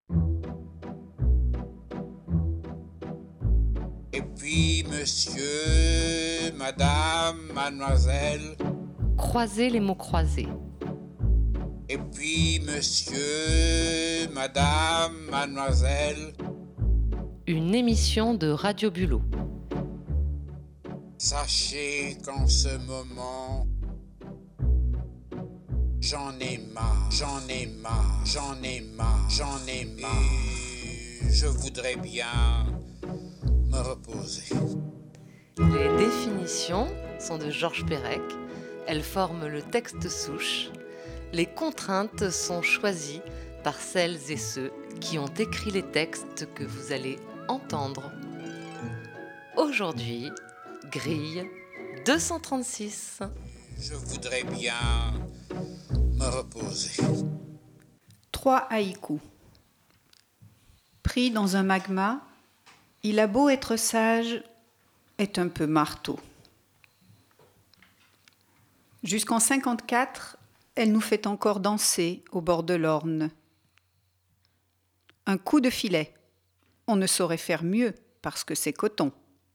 Et puis, monsieur, madame, mademoiselle. Croisez les mots croisés. Et puis, monsieur, madame, mademoiselle. Une émission de Radio Bulot. Sachez qu'en ce moment, j'en ai marre, j'en ai marre, j'en ai marre, j'en ai marre. Et je voudrais bien me reposer. Les définitions sont de Georges Perec. Elles forment le texte souche. Les contraintes sont choisies par celles et ceux qui ont écrit les textes que vous allez entendre. Aujourd'hui, grille 236. Je voudrais bien me reposer. 3 haïkus. Pris dans un magma, il a beau être sage, est un peu marteau. Jusqu'en 54, elle nous fait encore danser au bord de l'Orne. Un coup de filet, on ne saurait faire mieux parce que c'est coton.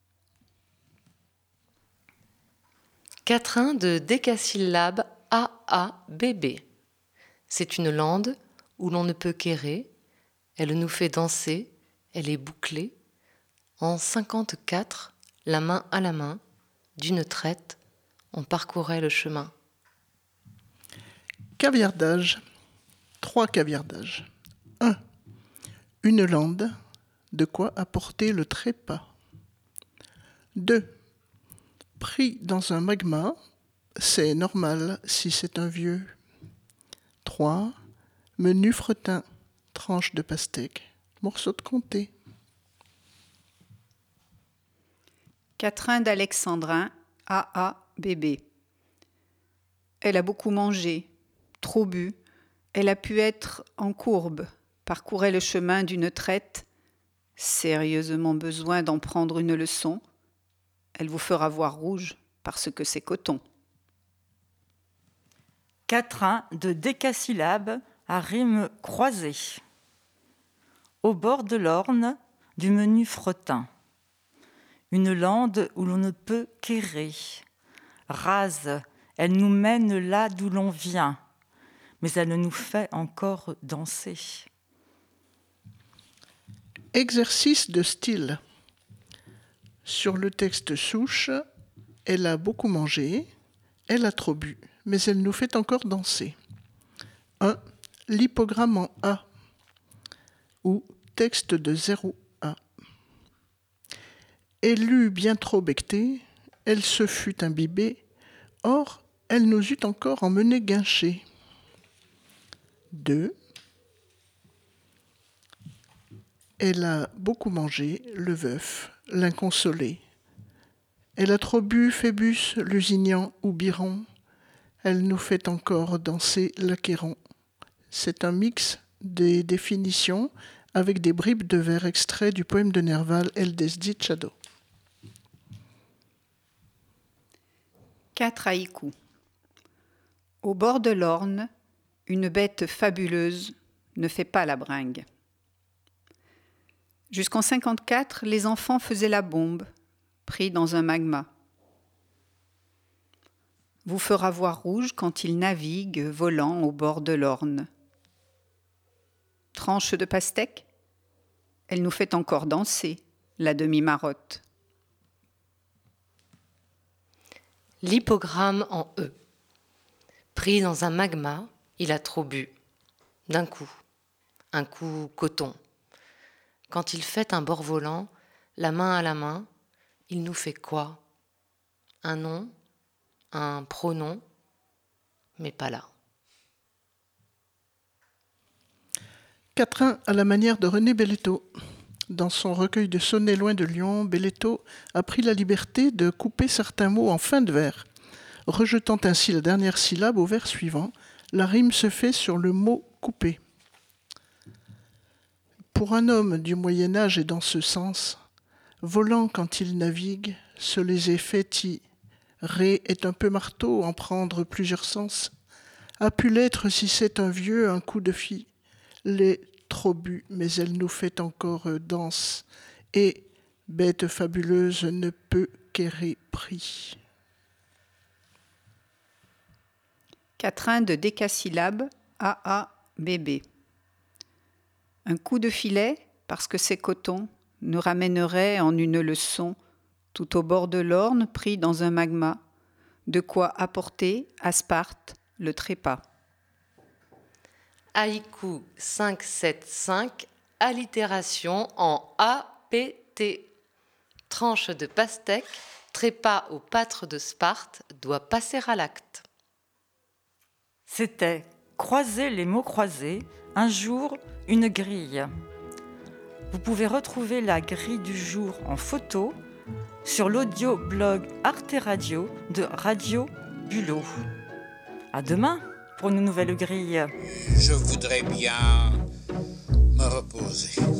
Quatrain de décasyllabe AABB. C'est une lande où l'on ne peut qu'errer. Elle nous fait danser, elle est bouclée. En 54, la main à la main, d'une traite, on parcourait le chemin. Caviardage. 3 caviardages. 1. Une lande, de quoi apporter le trépas. 2. Pris dans un magma, c'est normal si c'est un vieux. 3. Menu fretin, tranche de pastèque, morceau de comté. Quatrain d'Alexandrin, AABB. Elle a beaucoup mangé, trop bu, elle a pu être en courbe, parcourait le chemin d'une traite, sérieusement besoin d'en prendre une leçon, elle vous fera voir rouge parce que c'est coton. Quatrain de décasyllabe à rime croisée. Au bord de l'Orne, du menu fretin. Une lande où l'on ne peut qu'errer. Rase, elle nous mène là d'où l'on vient, mais elle nous fait encore danser. Exercice de style. Sur le texte souche, elle a beaucoup mangé, elle a trop bu, mais elle nous fait encore danser. 1. L'hypogramme en A ou texte de 0A. Elle eut bien trop becté, elle se fut imbibée, or elle nous eut encore emmené guincher. 2. Elle a beaucoup mangé, le veuf, l'inconsolé. Elle a trop bu, Phébus, Lusignan ou Biron. Elle nous fait encore danser l'Achéron. C'est un mix des définitions avec des bribes de vers extraits du poème de Nerval El Desdit Chado. 4 haïkus. Au bord de l'Orne, une bête fabuleuse ne fait pas la bringue. Jusqu'en 54, les enfants faisaient la bombe, pris dans un magma. Vous fera voir rouge quand il navigue, volant au bord de l'Orne. Tranche de pastèque, elle nous fait encore danser, la demi-marotte. L'hypogramme en E. Pris dans un magma, il a trop bu. D'un coup. Un coup coton. Quand il fait un bord volant, la main à la main, il nous fait quoi? Un nom, un pronom, mais pas là. Quatrain à la manière de René Belletto. Dans son recueil de sonnets loin de Lyon, Belletto a pris la liberté de couper certains mots en fin de vers. Rejetant ainsi la dernière syllabe au vers suivant, la rime se fait sur le mot coupé. Pour un homme du Moyen-Âge et dans ce sens, volant quand il navigue, se les effets ré est un peu marteau, en prendre plusieurs sens. A pu l'être si c'est un vieux, un coup de fille. Les trop bu, mais elle nous fait encore danse. Et, bête fabuleuse, ne peut qu'errer pris. Quatrain de décasyllabes, AABB. Un coup de filet, parce que c'est coton, nous ramènerait en une leçon, tout au bord de l'Orne, pris dans un magma, de quoi apporter à Sparte le trépas. Haïku 575, allitération en APT. Tranche de pastèque, trépas au pâtre de Sparte, doit passer à l'acte. C'était Croiser les mots croisés, un jour, une grille. Vous pouvez retrouver la grille du jour en photo sur l'audio-blog Arte Radio de Radio Bulot. À demain pour une nouvelle grille. Je voudrais bien me reposer.